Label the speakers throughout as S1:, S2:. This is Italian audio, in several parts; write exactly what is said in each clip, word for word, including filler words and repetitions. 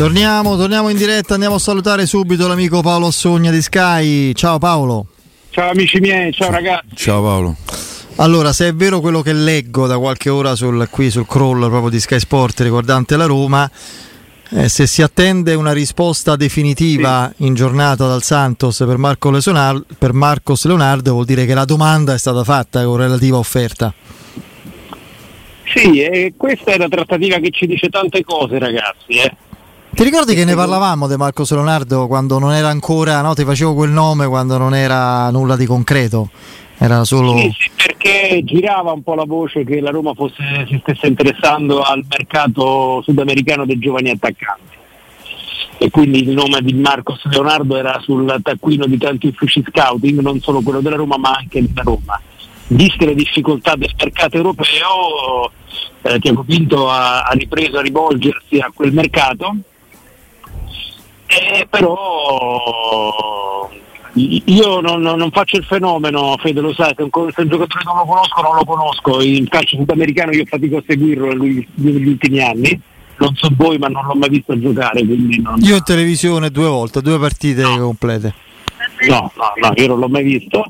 S1: Torniamo, torniamo in diretta, andiamo a salutare subito l'amico Paolo Assogna di Sky. Ciao Paolo.
S2: Ciao amici miei, ciao ragazzi.
S3: Ciao Paolo.
S1: Allora, se è vero quello che leggo da qualche ora sul, qui sul crawl proprio di Sky Sport riguardante la Roma, eh, se si attende una risposta definitiva sì. in giornata dal Santos per, Marco Leonardo, per Marcos Leonardo, vuol dire che la domanda è stata fatta con relativa offerta.
S2: Sì, e questa è una trattativa che ci dice tante cose, ragazzi. Eh.
S1: Ti ricordi che ne parlavamo di Marcos Leonardo quando non era ancora, no? Ti facevo quel nome quando non era nulla di concreto, era solo...
S2: Sì, sì, perché girava un po' la voce che la Roma fosse, si stesse interessando al mercato sudamericano dei giovani attaccanti. E quindi il nome di Marcos Leonardo era sul taccuino di tanti uffici scouting, non solo quello della Roma ma anche della Roma. Viste le difficoltà del mercato europeo, eh, Tiago Pinto ha, ha ripreso a rivolgersi a quel mercato. Eh, però io non, non faccio il fenomeno, Fede lo sai, se un, se un giocatore non lo conosco non lo conosco, il calcio sudamericano io fatico a seguirlo negli ultimi anni, non so voi ma non l'ho mai visto giocare, quindi non...
S1: Io in televisione due volte, due partite no. complete.
S2: No, no, no, io non l'ho mai visto,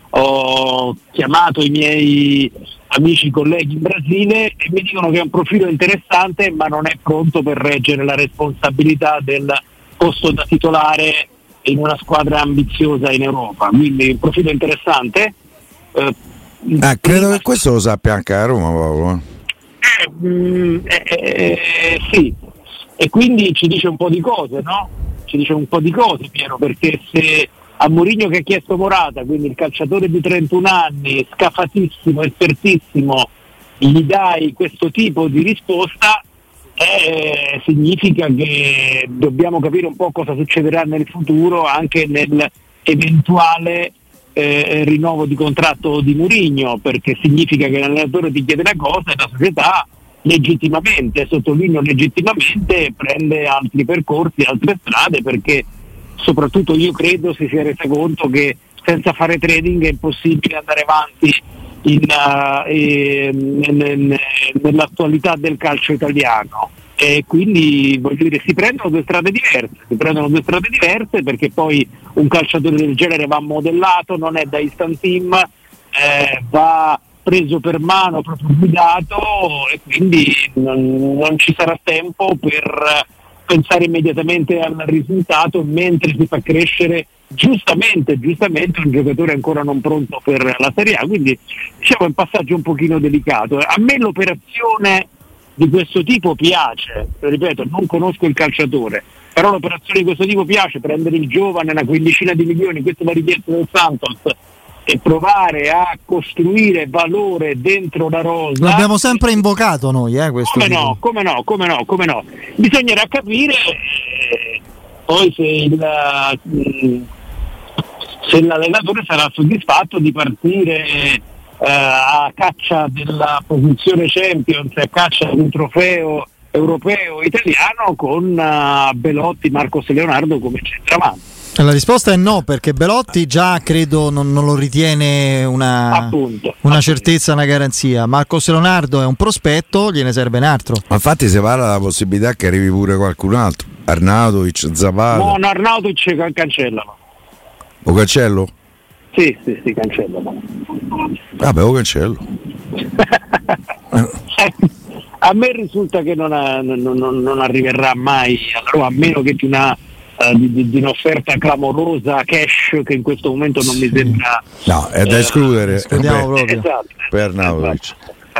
S2: ho chiamato i miei amici colleghi in Brasile e mi dicono che è un profilo interessante ma non è pronto per reggere la responsabilità del posto da titolare in una squadra ambiziosa in Europa, quindi un profilo interessante.
S3: Eh, ah, credo che questo lo sappia anche a Roma, Paolo.
S2: Eh, mm, eh, eh, sì, e quindi ci dice un po' di cose, no? Ci dice un po' di cose, Piero, perché se a Mourinho che ha chiesto Morata, quindi il calciatore di trentuno anni, scafatissimo, espertissimo, gli dai questo tipo di risposta, Eh, significa che dobbiamo capire un po' cosa succederà nel futuro anche nell'eventuale eh, rinnovo di contratto di Mourinho, perché significa che l'allenatore ti chiede una cosa e la società legittimamente, sottolineo legittimamente, prende altri percorsi, altre strade, perché soprattutto io credo si sia resa conto che senza fare trading è impossibile andare avanti In, uh, in, in, nell'attualità del calcio italiano, e quindi voglio dire si prendono due strade diverse si prendono due strade diverse perché poi un calciatore del genere va modellato, non è da instant team, eh, va preso per mano, proprio guidato, e quindi non, non ci sarà tempo per pensare immediatamente al risultato mentre si fa crescere giustamente, giustamente un giocatore ancora non pronto per la Serie A, quindi diciamo è un passaggio un pochino delicato. A me l'operazione di questo tipo piace, ripeto, non conosco il calciatore, però l'operazione di questo tipo piace, prendere il giovane, una quindicina di milioni, questo è la richiesta del Santos, e provare a costruire valore dentro la rosa.
S1: L'abbiamo sempre invocato noi, eh, questo
S2: come
S1: tipo.
S2: no, come no, come no, come no. Bisognerà capire eh, poi se il mh, se l'allenatore sarà soddisfatto di partire eh, a caccia della posizione Champions, a caccia di un trofeo europeo italiano con uh, Belotti, Marcos Leonardo come centravanti.
S1: La risposta è no, perché Belotti già credo non, non lo ritiene una,
S2: appunto,
S1: una
S2: appunto.
S1: certezza, una garanzia. Marcos Leonardo è un prospetto, gliene serve un altro.
S3: Ma infatti si parla della possibilità che arrivi pure qualcun altro, Arnautovic, Zapata.
S2: No, no, Arnautovic can- cancellano.
S3: O cancello?
S2: Sì, sì, sì, cancellano.
S3: Vabbè, o cancello.
S2: A me risulta che non, ha, non, non, non arriverà mai, allora, a meno che di una uh, di, di un'offerta clamorosa cash che in questo momento non mi sembra.
S3: No, è da escludere.
S1: Eh, escludiamo proprio.
S2: Esatto.
S3: Per Arnautovic.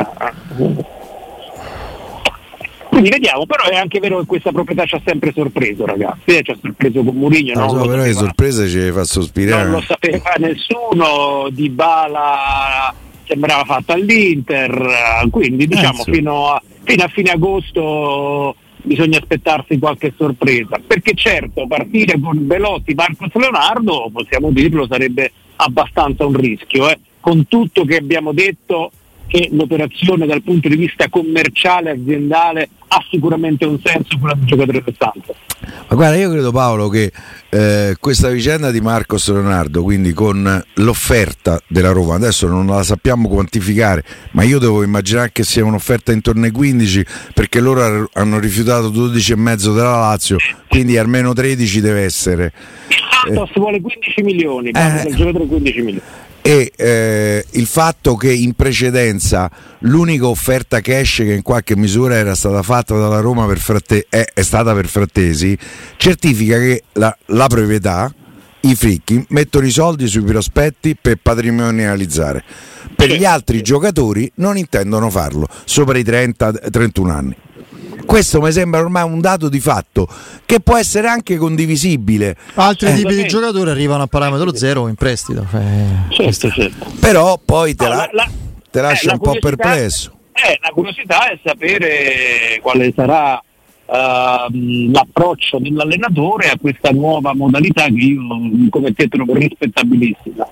S2: Quindi vediamo, però è anche vero che questa proprietà ci ha sempre sorpreso, ragazzi, eh, ci ha sorpreso con Mourinho.
S3: No,
S2: non
S3: so,
S2: lo
S3: però le
S2: sapeva,
S3: sorprese ci fa sospirare.
S2: non lo sapeva nessuno, Dybala sembrava fatta all'Inter, quindi diciamo
S3: eh, sì.
S2: fino, a, fino a fine agosto bisogna aspettarsi qualche sorpresa, perché certo partire con Belotti, Marcos Leonardo, possiamo dirlo, sarebbe abbastanza un rischio, eh. Con tutto che abbiamo detto che l'operazione dal punto di vista commerciale, aziendale, ha sicuramente un senso quella del giocatore del Santos.
S3: Ma guarda, io credo, Paolo, che eh, questa vicenda di Marcos Leonardo, quindi con l'offerta della Roma, adesso non la sappiamo quantificare, ma io devo immaginare che sia un'offerta intorno ai quindici, perché loro hanno rifiutato dodici e mezzo della Lazio, quindi almeno tredici deve essere.
S2: Il Santos eh. vuole quindici milioni, parla del giocatore quindici milioni.
S3: E eh, il fatto che in precedenza l'unica offerta cash che in qualche misura era stata fatta dalla Roma per Fratte- è, è stata per Frattesi, certifica che la, la proprietà, i fricchi, mettono i soldi sui prospetti per patrimonializzare. Per gli altri giocatori non intendono farlo sopra i trenta trentuno anni. Questo mi sembra ormai un dato di fatto che può essere anche condivisibile.
S1: Altri
S3: eh,
S1: tipi di giocatori arrivano a parametro zero in prestito. Eh,
S2: certo, certo.
S3: Però poi te,
S2: no,
S3: la,
S2: la, la,
S3: te lascia
S2: eh,
S3: un po' perplesso.
S2: Eh, la curiosità è sapere quale sarà uh, l'approccio dell'allenatore a questa nuova modalità che io, come te, trovo rispettabilissima.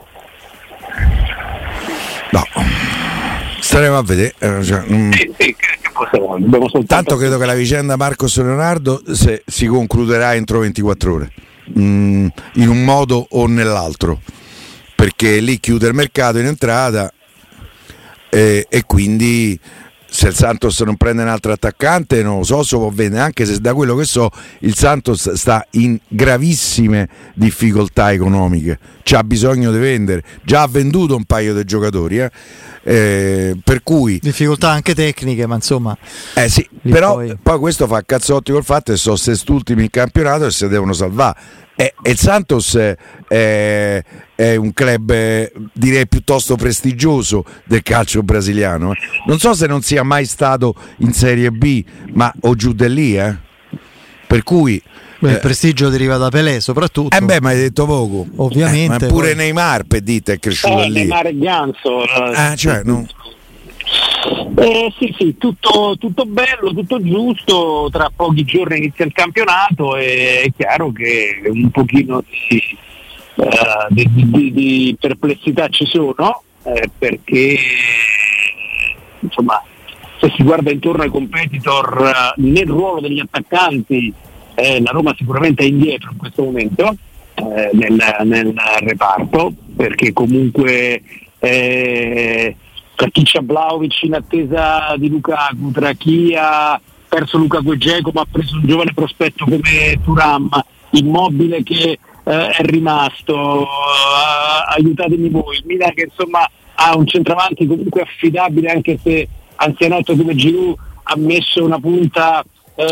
S3: No. Staremo a vedere. Cioè, mm.
S2: Sì, sì, che possiamo, dobbiamo soltanto...
S3: Tanto credo che la vicenda Marcos Leonardo se, si concluderà entro ventiquattro ore, mm, in un modo o nell'altro, perché lì chiude il mercato in entrata e, e quindi se il Santos non prende un altro attaccante non lo so se può vendere, anche se da quello che so il Santos sta in gravissime difficoltà economiche, c'ha bisogno di vendere, già ha venduto un paio di giocatori, eh. Eh, per cui
S1: difficoltà anche tecniche, ma insomma
S3: eh sì, però
S1: poi...
S3: poi questo fa cazzotti col fatto che sono sest'ultimi in campionato e si devono salvare. E, e il Santos è, è, è un club eh, direi piuttosto prestigioso del calcio brasiliano, eh. Non so se non sia mai stato in Serie B, ma o giù di lì, eh. Per cui
S1: beh, il prestigio deriva da Pelé soprattutto.
S3: Eh beh, ma hai detto poco.
S1: Ovviamente.
S3: Eh, ma pure
S1: poi...
S3: Neymar, per dite, è cresciuto
S2: eh,
S3: lì.
S2: Neymar e Ganso.
S3: Eh, cioè, no.
S2: Eh, sì, sì, tutto, tutto bello, tutto giusto, tra pochi giorni inizia il campionato e è chiaro che un pochino di, uh, di, di, di perplessità ci sono, eh, perché insomma se si guarda intorno ai competitor uh, nel ruolo degli attaccanti, eh, la Roma sicuramente è indietro in questo momento eh, nel, nel reparto, perché comunque eh, tra chi c'ha Vlahovic in attesa di Lukaku, tra chi ha perso Lukaku e Dzeko ma ha preso un giovane prospetto come Thuram, Immobile che eh, è rimasto, uh, aiutatemi voi, il Milan che insomma ha un centravanti comunque affidabile, anche se anzianotto come Giroud ha messo una punta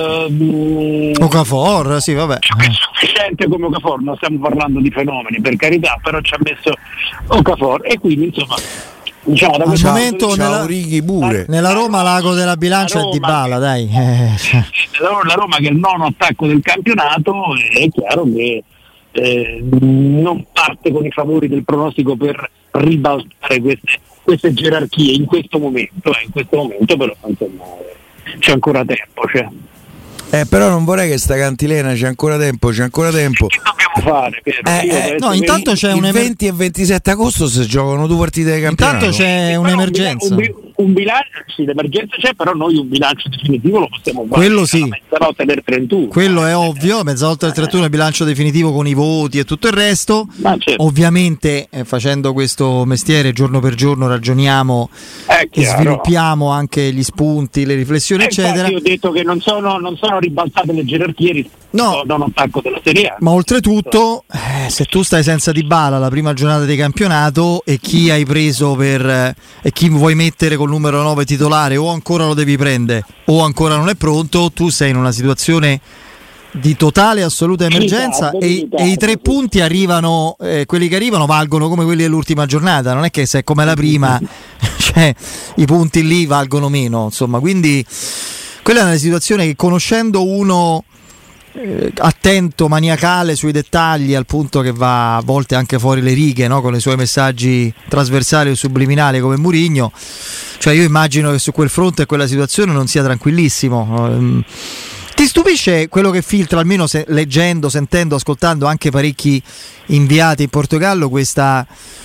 S2: uh,
S1: Okafor, sì vabbè,
S2: è sufficiente come Okafor, non stiamo parlando di fenomeni per carità, però ci ha messo Okafor e quindi insomma diciamo da questo
S1: momento
S2: punto
S1: nella,
S3: Righi pure.
S1: nella Roma l'ago della bilancia
S2: Roma,
S1: è Dybala, dai. Eh.
S2: La Roma che è il nono attacco del campionato, è chiaro che eh, non parte con i favori del pronostico per ribaltare queste, queste gerarchie in questo momento, eh, in questo momento però insomma, c'è ancora tempo, cioè.
S3: Eh, però non vorrei che sta cantilena, c'è ancora tempo, c'è ancora tempo.
S2: Che dobbiamo fare? Piero?
S3: Eh,
S2: Io
S3: eh,
S2: penso
S1: no,
S2: che
S1: intanto c'è
S3: il
S1: un emer-
S3: venti e ventisette agosto si giocano due partite di campionato.
S1: Intanto c'è
S2: Però
S1: un'emergenza.
S2: Un, bi- un bilancio, sì, l'emergenza c'è, però noi un bilancio definitivo lo possiamo fare.
S1: Quello sì.
S2: Mezzanotte del trentuno.
S1: Quello è ovvio, mezzanotte del trentuno il bilancio definitivo con i voti e tutto il resto.
S2: Ma certo.
S1: Ovviamente eh, facendo questo mestiere giorno per giorno ragioniamo
S2: È
S1: e
S2: chiaro.
S1: sviluppiamo anche gli spunti, le riflessioni
S2: Eh,
S1: eccetera.
S2: Io ho detto che non sono, non sono ribaltate le gerarchie rispetto
S1: No.
S2: a un attacco della Serie A.
S1: Ma oltretutto, eh, se tu stai senza Dybala la prima giornata di campionato e chi hai preso per eh, e chi vuoi mettere col numero nove titolare o ancora lo devi prendere o ancora non è pronto, tu sei in una situazione di totale assoluta emergenza
S2: Ritardo,
S1: e,
S2: ritardo,
S1: e i tre
S2: sì.
S1: punti arrivano, eh, quelli che arrivano valgono come quelli dell'ultima giornata, non è che se è come la prima cioè, i punti lì valgono meno, insomma, quindi quella è una situazione che conoscendo uno eh, attento, maniacale sui dettagli al punto che va a volte anche fuori le righe, no? Con i suoi messaggi trasversali o subliminali come Mourinho, cioè io immagino che su quel fronte quella situazione non sia tranquillissimo. Ti stupisce quello che filtra, almeno se, leggendo, sentendo, ascoltando anche parecchi inviati in Portogallo, questa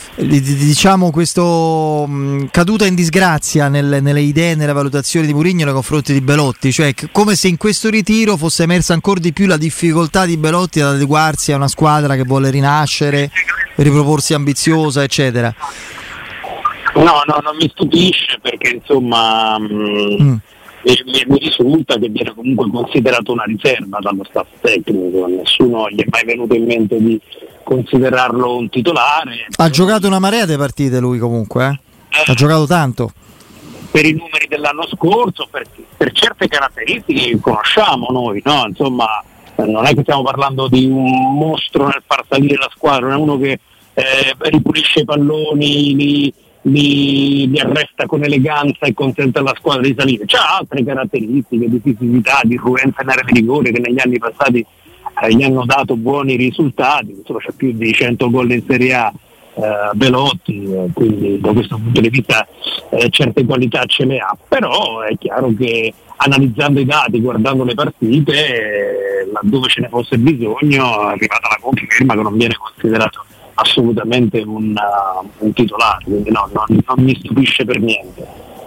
S1: diciamo questo mh, caduta in disgrazia nelle, nelle idee, nelle valutazioni di Mourinho nei confronti di Belotti, cioè come se in questo ritiro fosse emersa ancora di più la difficoltà di Belotti ad adeguarsi a una squadra che vuole rinascere, riproporsi ambiziosa, eccetera.
S2: No, no, non mi stupisce, perché insomma mh, mm. mi, mi risulta che viene comunque considerato una riserva dallo staff tecnico, nessuno gli è mai venuto in mente di considerarlo un titolare.
S1: Ha giocato una marea di partite lui comunque, eh? Eh, ha giocato tanto.
S2: Per i numeri dell'anno scorso, per, per certe caratteristiche che conosciamo noi, no? Insomma, non è che stiamo parlando di un mostro nel far salire la squadra, non è uno che eh, ripulisce i palloni, li, li, li arresta con eleganza e consente alla squadra di salire. C'ha altre caratteristiche di fisicità, di irruenza in area di rigore, che negli anni passati eh, gli hanno dato buoni risultati. Insomma, c'è più di cento gol in Serie A eh, Belotti, eh, quindi da questo punto di vista eh, certe qualità ce le ha, però è chiaro che analizzando i dati, guardando le partite, eh, laddove ce ne fosse bisogno, è arrivata la conferma che non viene considerato assolutamente un, uh, un titolare, quindi no, non, non mi stupisce per niente.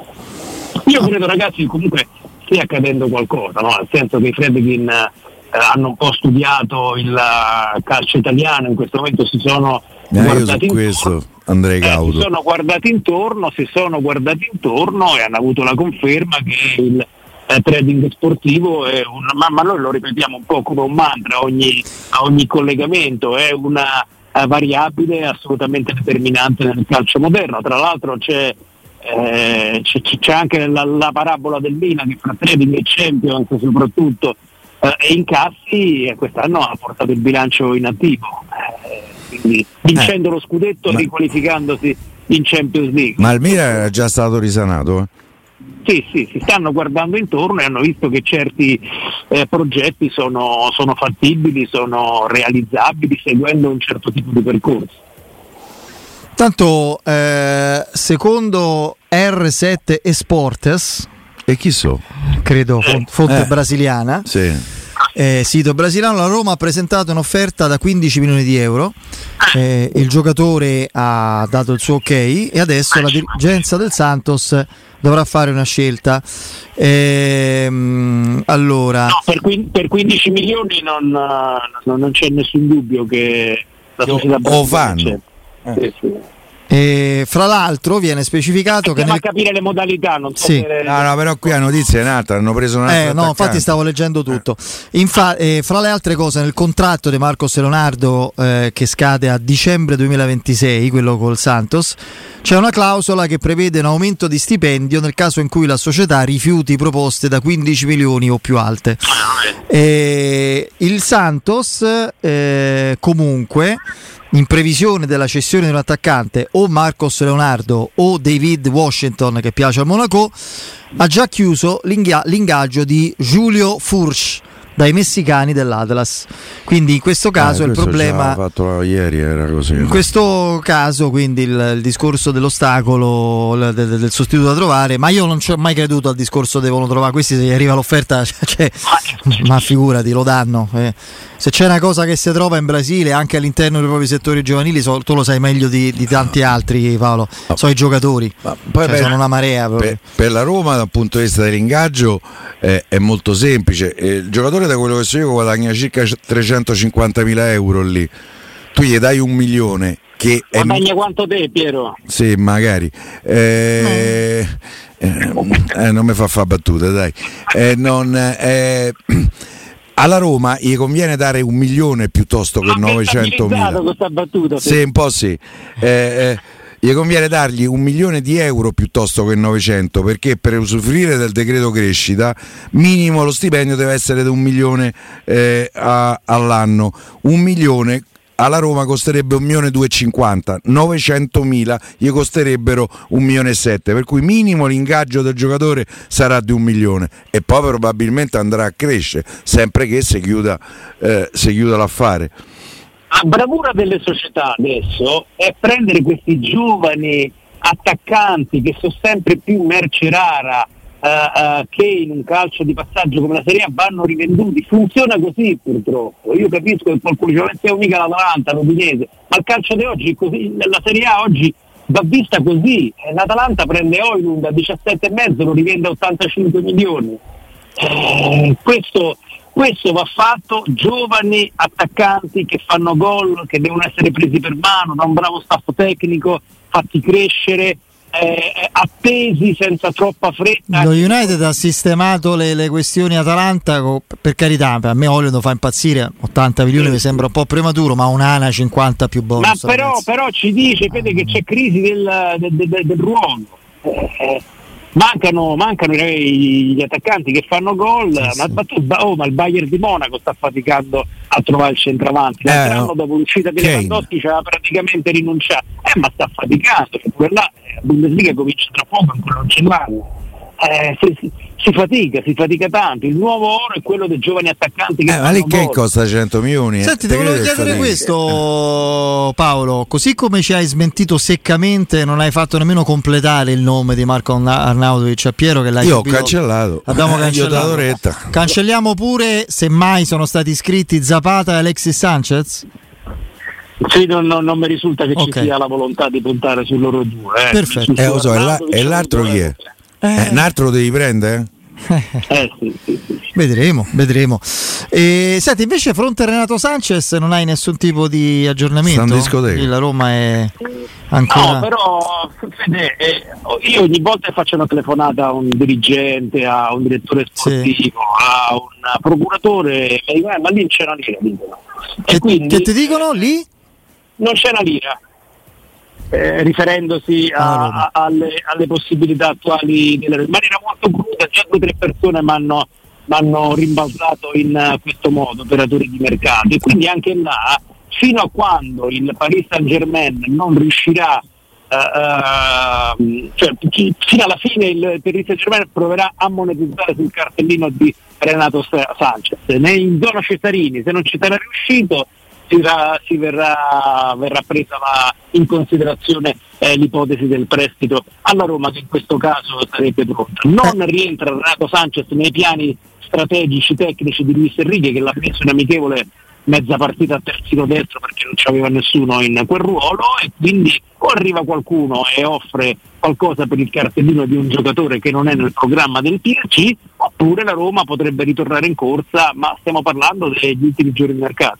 S2: Io credo, ragazzi, comunque stia accadendo qualcosa, no? Nel senso che i Friedkin eh, hanno un po' studiato il uh, calcio italiano, in questo momento si sono
S3: eh,
S2: guardati
S3: io su questo Andrei Caudo.
S2: Eh, si sono guardati intorno, si sono guardati intorno e hanno avuto la conferma che il eh, trading sportivo è un, ma, ma noi lo ripetiamo un po' come un mantra a ogni, a ogni collegamento, è una uh, variabile assolutamente determinante nel calcio moderno. Tra l'altro c'è Eh, c'è, c'è anche la, la parabola del Milan che fra trading e Champions soprattutto eh, e incassi eh, quest'anno ha portato il bilancio in attivo, eh, quindi vincendo eh, lo scudetto e ma... riqualificandosi in Champions League.
S3: Ma il Milan era già stato risanato? Eh?
S2: Sì, sì, si stanno guardando intorno e hanno visto che certi eh, progetti sono, sono fattibili, sono realizzabili seguendo un certo tipo di percorso.
S1: Tanto eh, secondo R sette Esportes,
S3: e chi so?
S1: Credo fonte eh. brasiliana,
S3: sì.
S1: eh, sito brasiliano, la Roma ha presentato un'offerta da quindici milioni di euro, eh, il giocatore ha dato il suo ok e adesso la dirigenza del Santos dovrà fare una scelta. Ehm, allora
S2: no, per, quin- per quindici milioni non, non, non c'è nessun dubbio che la società
S3: o fanno.
S2: Eh. Sì, sì.
S1: E fra l'altro viene specificato
S2: Stiamo
S1: che nel...
S2: a capire le modalità, non so
S1: sì.
S2: se...
S3: no, no, però qui la notizia è nata, hanno preso un altro
S1: eh, no, infatti stavo leggendo tutto. Infa- eh, fra le altre cose, nel contratto di Marcos Leonardo eh, che scade a dicembre duemilaventisei, quello col Santos, c'è una clausola che prevede un aumento di stipendio nel caso in cui la società rifiuti proposte da quindici milioni o più alte. E il Santos eh, comunque, in previsione della cessione di un attaccante, o Marcos Leonardo o David Washington, che piace al Monaco, ha già chiuso l'inga- l'ingaggio di Julio Furch dai messicani dell'Atlas. Quindi in questo caso
S3: eh,
S1: il problema
S3: fatto ieri era così.
S1: In questo caso quindi il, il discorso dell'ostacolo il, del, del sostituto da trovare, ma io non ci ho mai creduto al discorso devono trovare questi, se gli arriva l'offerta cioè, ma figurati, lo danno. Eh. Se c'è una cosa che si trova in Brasile anche all'interno dei propri settori giovanili, so, tu lo sai meglio di, di tanti altri, Paolo, oh. so i giocatori, ma poi cioè, per, sono una marea
S3: per, per la Roma dal punto di vista dell'ingaggio eh, è molto semplice. Eh, il giocatore, da quello che so io, guadagna circa trecentocinquantamila euro lì, tu gli dai un milione che
S2: guadagna
S3: è...
S2: quanto te, Piero?
S3: Sì, magari eh, eh, eh, non mi fa fare battute, dai. Eh, non, eh, alla Roma gli conviene dare un milione piuttosto che novecentomila.
S2: Questa battuta,
S3: sì, un po' sì. Eh, eh, gli conviene dargli un milione di euro piuttosto che novecento, perché per usufruire del decreto crescita minimo lo stipendio deve essere di un milione eh, a, all'anno. Un milione alla Roma costerebbe un milione duecentocinquanta, novecentomila gli costerebbero un milione e sette, per cui minimo l'ingaggio del giocatore sarà di un milione e poi probabilmente andrà a crescere sempre che si chiuda, eh, si chiuda l'affare.
S2: La bravura delle società adesso è prendere questi giovani attaccanti che sono sempre più merce rara uh, uh, che in un calcio di passaggio come la Serie A vanno rivenduti. Funziona così purtroppo. Io capisco che qualcuno dice non siamo mica l'Atalanta, l'Udinese, ma il calcio di oggi è così, la Serie A oggi va vista così. L'Atalanta prende Højlund a diciassette e mezzo, lo rivende a ottantacinque milioni. Eh, questo, questo va fatto. Giovani attaccanti che fanno gol, che devono essere presi per mano da un bravo staff tecnico, fatti crescere, eh, attesi senza troppa fretta.
S1: Lo United ha sistemato le, le questioni Atalanta, per carità, per me Højlund fa impazzire, ottanta milioni mi sembra un po' prematuro, ma un'ana cinquanta più bonus.
S2: Ma però, però ci dice, vede che c'è crisi del, del, del, del ruolo. Eh, Mancano, mancano gli attaccanti che fanno gol, sì, ma, sì. Oh, ma il Bayern di Monaco sta faticando a trovare il centravanti. L'altro eh, anno, dopo l'uscita di Lewandowski, ci aveva praticamente rinunciato, eh, ma sta faticando, cioè, quella, la Bundesliga comincia tra poco, ancora non ce l'hanno. Eh, si, si, si fatica, si fatica tanto. Il nuovo oro è quello dei giovani attaccanti che
S3: eh, ma lì che costa cento milioni? Eh?
S1: Senti, ti volevo chiedere questo, Paolo, così come ci hai smentito seccamente, non hai fatto nemmeno completare il nome di Marco Arnautovic a Piero, che l'hai
S3: io
S1: subito...
S3: ho cancellato,
S1: abbiamo cancellato.
S3: Io ho retta.
S1: Cancelliamo pure, se mai sono stati iscritti, Zapata e Alexis Sanchez?
S2: Sì, non, non, non mi risulta che
S1: okay.
S2: ci sia la volontà di puntare su loro due. Eh.
S1: Perfetto.
S3: Eh, lo so, e, la, e l'altro chi è? Eh, un altro lo devi prendere?
S2: Eh, sì, sì, sì.
S1: Vedremo, vedremo. E, senti, invece fronte a Renato Sanchez non hai nessun tipo di aggiornamento? La Roma è ancora...
S2: No, però Fede, eh, io ogni volta che faccio una telefonata a un dirigente, a un direttore sportivo, sì. a un procuratore, mi dicono, eh, ma lì non c'è una lira, dicono.
S1: Che, quindi, che ti dicono lì?
S2: Non c'è una lira. Eh, riferendosi a, a, alle, alle possibilità attuali della, in maniera molto cruda. Già due o tre persone mi hanno rimbalzato in uh, questo modo, operatori di mercato, e quindi anche là, fino a quando il Paris Saint-Germain non riuscirà uh, uh, cioè fino alla fine il Paris Saint-Germain proverà a monetizzare sul cartellino di Renato Sanchez, in zona Cesarini, se non ci sarà riuscito Si, ra, si verrà, verrà presa la, in considerazione eh, l'ipotesi del prestito alla Roma, che in questo caso sarebbe pronta. Non rientra Renato Sanchez nei piani strategici tecnici di Luis Enrique, che l'ha messo in amichevole mezza partita a terzino destro perché non c'aveva nessuno in quel ruolo, e quindi o arriva qualcuno e offre qualcosa per il cartellino di un giocatore che non è nel programma del P S G, oppure la Roma potrebbe ritornare in corsa, ma stiamo parlando degli ultimi giorni di mercato.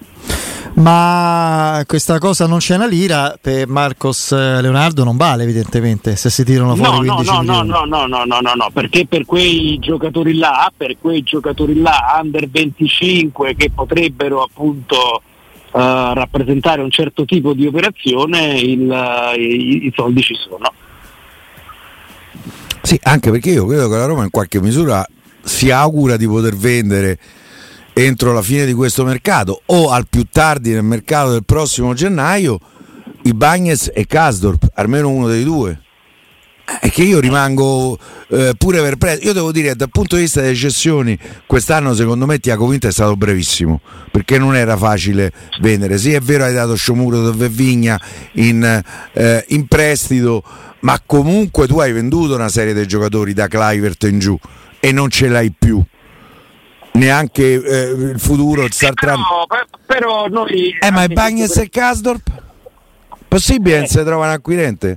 S1: Ma questa cosa non c'è una lira per Marcos Leonardo, non vale evidentemente se si tirano fuori
S2: no,
S1: quindici
S2: no,
S1: milioni.
S2: No, no, no, no, no, no, perché per quei giocatori là, per quei giocatori là under venticinque che potrebbero appunto uh, rappresentare un certo tipo di operazione, il, uh, i, i soldi ci sono.
S3: Sì, anche perché io credo che la Roma in qualche misura si augura di poter vendere entro la fine di questo mercato o al più tardi nel mercato del prossimo gennaio Ibañez e Karsdorp, almeno uno dei due. È che io rimango eh, pure perplesso. Io devo dire, dal punto di vista delle cessioni, quest'anno secondo me Tiago Pinto è stato brevissimo, perché non era facile vendere. Sì, è vero, hai dato Sciomuro e Vigna in, eh, in prestito, ma comunque tu hai venduto una serie di giocatori da Kluivert in giù e non ce l'hai più. Neanche eh, il futuro, il Sartran.
S2: Però, però noi.
S3: Eh, ma Ibañez per... e Karsdorp? Possibile che eh. si trova un acquirente?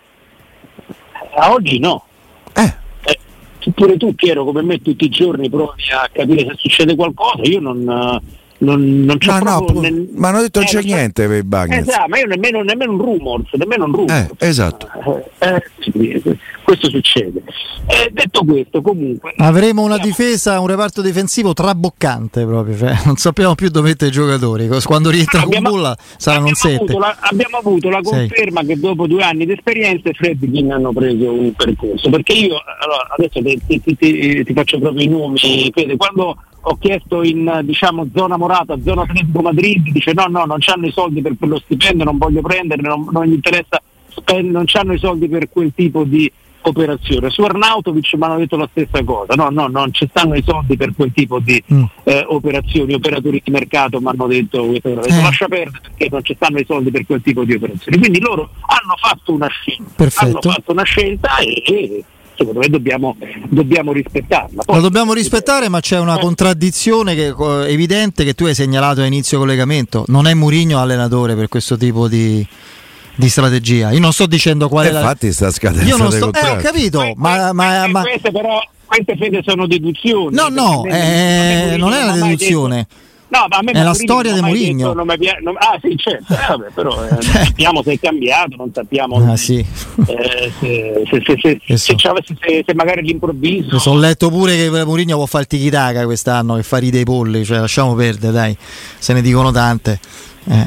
S2: A oggi no.
S3: Eh.
S2: eh. Pure tu, Piero, come me tutti i giorni provi a capire se succede qualcosa. Io non. Non, non c'è
S3: ma, no,
S2: nel...
S3: ma hanno detto
S2: eh,
S3: non c'è niente per Ibañez.
S2: Esatto, ma io nemmeno, nemmeno un rumors, nemmeno un rumors.
S3: Eh, esatto.
S2: Eh, eh, sì, questo succede. Eh, detto questo, comunque
S1: avremo una siamo... difesa, un reparto difensivo traboccante proprio, cioè non sappiamo più dove mettere i giocatori. Quando rientra con Bulla saranno un sette.
S2: La, abbiamo avuto la conferma Sei. che dopo due anni di esperienza i Fredkin hanno preso un percorso. Perché io allora, adesso ti, ti, ti, ti faccio proprio i nomi, Fede, quando ho chiesto in diciamo zona Morata, zona Atletico Madrid, dice no no non c'hanno i soldi per quello stipendio, non voglio prendere, non, non gli interessa spendere, non c'hanno i soldi per quel tipo di operazione. Su Arnautovic mi hanno detto la stessa cosa, no no non ci stanno i soldi per quel tipo di mm. eh, operazioni. Operatori di mercato mi hanno detto questo, eh. lascia perdere perché non ci stanno i soldi per quel tipo di operazioni. Quindi loro hanno fatto una scelta,
S1: Perfetto.
S2: hanno fatto una scelta e, e secondo me dobbiamo, dobbiamo rispettarla.
S1: Poi, lo dobbiamo rispettare, ma c'è una eh. contraddizione che, evidente che tu hai segnalato a inizio collegamento. Non è Mourinho allenatore per questo tipo di, di strategia. Io non sto dicendo qual è la...
S3: Infatti sta scadendo.
S1: Io non sto... Eh, ho capito, que- ma... ma, ma...
S2: Queste però, queste fede sono deduzioni.
S1: No, no, eh, non è una deduzione.
S2: No, ma a me
S1: è la storia di Mourinho.
S2: Ah sì, certo, eh, vabbè, però eh, non sappiamo se è cambiato, non sappiamo
S1: ah,
S2: se,
S1: sì.
S2: eh, se, se, se, se, se, se, se magari all'improvviso.
S1: Io ho letto pure che Mourinho può fare il tiki-taka quest'anno, che fa ride i polli, cioè lasciamo perdere, dai, se ne dicono tante. Eh,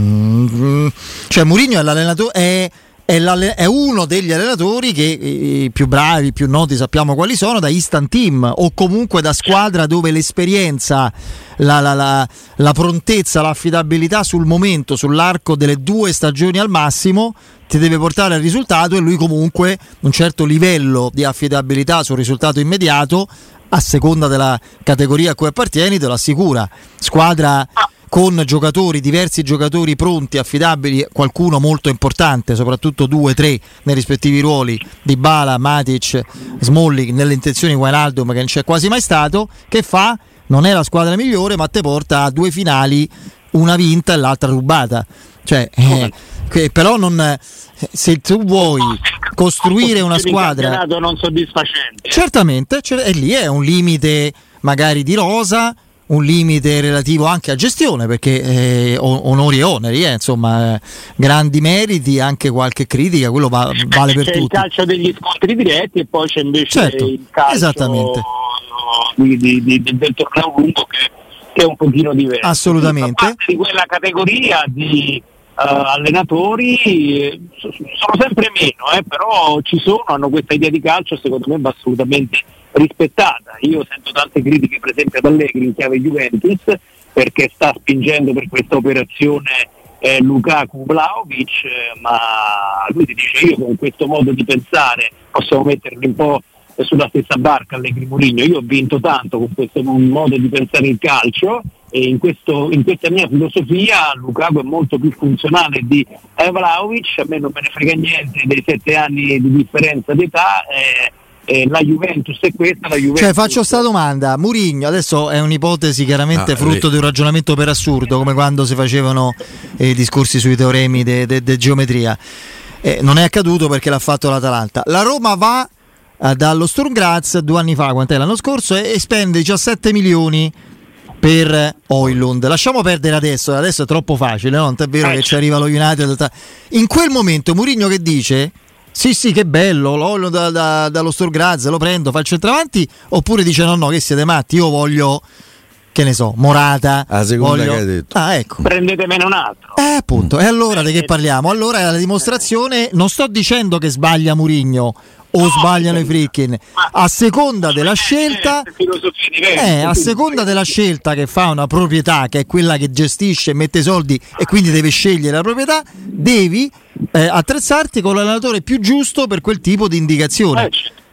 S1: non... Cioè Mourinho è l'allenatore, è, è, è uno degli allenatori che i più bravi, i più noti sappiamo quali sono, da instant team o comunque da squadra dove l'esperienza, la, la, la, la prontezza, l'affidabilità sul momento, sull'arco delle due stagioni al massimo ti deve portare al risultato, e lui comunque un certo livello di affidabilità sul risultato immediato, a seconda della categoria a cui appartieni, te lo assicura. Squadra con giocatori, diversi giocatori pronti, affidabili, qualcuno molto importante, soprattutto due, tre nei rispettivi ruoli, Dybala, Matic, Smalling, nelle intenzioni Wijnaldum che non c'è quasi mai stato, che fa? Non è la squadra migliore, ma te porta a due finali, una vinta e l'altra rubata. Cioè, eh, che però non, se tu vuoi costruire una squadra
S2: non soddisfacente,
S1: certamente, e lì è un limite magari di rosa, un limite relativo anche a gestione, perché eh, onori e oneri, eh, insomma, eh, grandi meriti, anche qualche critica, quello va, vale per
S2: c'è
S1: tutti.
S2: C'è il calcio degli scontri diretti e poi c'è invece
S1: certo,
S2: il calcio
S1: esattamente.
S2: Di, di, di, del torneo lungo che, che è un pochino diverso.
S1: Assolutamente.
S2: Di quella categoria di uh, allenatori eh, sono sempre meno, eh, però ci sono, hanno questa idea di calcio, secondo me va assolutamente rispettata. Io sento tante critiche per esempio ad Allegri in chiave Juventus, perché sta spingendo per questa operazione eh, Lukaku Vlahovic, eh, ma lui ti dice: io con questo modo di pensare possiamo metterli un po' sulla stessa barca Allegri Mourinho, io ho vinto tanto con questo modo di pensare il calcio, e in, questo, in questa mia filosofia Lukaku è molto più funzionale di eh, Vlahovic, a me non me ne frega niente dei sette anni di differenza d'età. eh, Eh, la Juventus è questa, la Juventus...
S1: Cioè faccio sta domanda, Mourinho adesso è un'ipotesi chiaramente ah, frutto eh. di un ragionamento per assurdo, come quando si facevano i eh, discorsi sui teoremi di de, de, de geometria, eh, non è accaduto perché l'ha fatto l'Atalanta. La Roma va eh, dallo Sturm Graz due anni fa, quant'è, l'anno scorso, e, e spende diciassette milioni per Højlund. Lasciamo perdere adesso, adesso è troppo facile, no? Non è vero eh, che ci arriva lo United. In quel momento Mourinho che dice: sì sì, che bello, lo, da, da, dallo Sturm Graz lo prendo, fa il centravanti, oppure dice no no, che siete matti, io voglio, che ne so, Morata,
S3: la seconda
S1: voglio...
S3: che hai detto.
S1: Ah, ecco.
S2: Prendetemene un altro.
S1: Eh appunto, mm. E allora di che parliamo? Allora è la dimostrazione, non sto dicendo che sbaglia Mourinho o no, sbagliano i Friedkin, a seconda della scelta, eh, a seconda della scelta che fa una proprietà, che è quella che gestisce e mette i soldi e quindi deve scegliere la proprietà, devi eh, attrezzarti con l'allenatore più giusto per quel tipo di indicazione,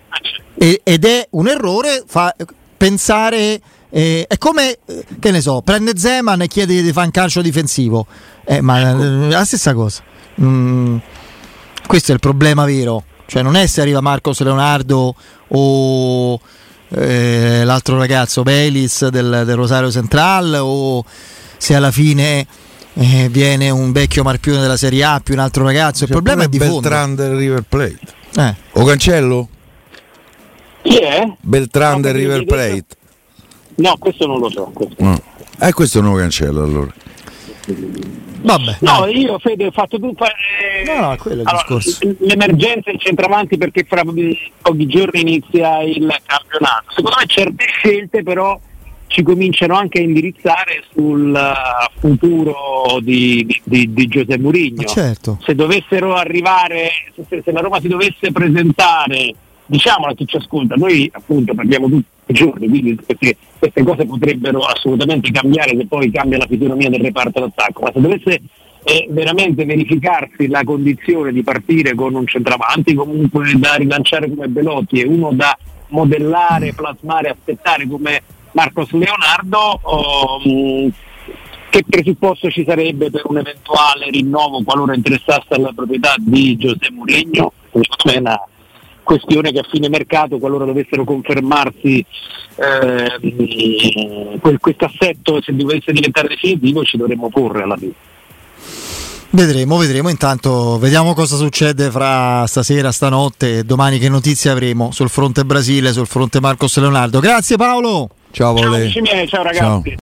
S1: e, ed è un errore fa, pensare eh, è come eh, che ne so, prende Zeman e chiede di fare un calcio difensivo, eh, ma eh, la stessa cosa. Mm, questo è il problema vero. Cioè non è se arriva Marcos Leonardo o eh, l'altro ragazzo Belis del, del Rosario Central, o se alla fine eh, viene un vecchio Marpione della Serie A più un altro ragazzo. Il C'è problema è di fondo.
S3: Beltran del River Plate.
S1: Eh.
S3: O Cancello?
S2: Chi è?
S3: Beltran
S2: no,
S3: del River Plate.
S2: No, questo non lo so. Questo.
S3: No. Eh, questo è un nuovo Cancello allora.
S1: Vabbè,
S2: no,
S1: dai.
S2: io Fede ho fatto tutto eh,
S1: no, no, quello è il
S2: allora,
S1: discorso.
S2: L'emergenza in centravanti, perché fra pochi giorni inizia il campionato. Secondo me certe scelte però ci cominciano anche a indirizzare sul futuro di, di, di, di José Mourinho.
S1: Certo. Se
S2: dovessero arrivare, se, se la Roma si dovesse presentare, diciamolo a chi ci ascolta, noi appunto parliamo tutti i giorni, quindi queste, queste cose potrebbero assolutamente cambiare se poi cambia la fisionomia del reparto d'attacco, ma se dovesse eh, veramente verificarsi la condizione di partire con un centravanti comunque da rilanciare come Belotti e uno da modellare, plasmare, aspettare come Marcos Leonardo, oh, che presupposto ci sarebbe per un eventuale rinnovo qualora interessasse alla proprietà di José Mourinho? Secondo me è una questione che a fine mercato, qualora dovessero confermarsi eh, questo assetto, se dovesse diventare definitivo, ci dovremmo porre alla fine.
S1: Vedremo, vedremo. Intanto vediamo cosa succede fra stasera, stanotte e domani, che notizie avremo sul fronte Brasile, sul fronte Marcos Leonardo. Grazie Paolo.
S3: Ciao,
S2: ciao, ciao ragazzi. Ciao.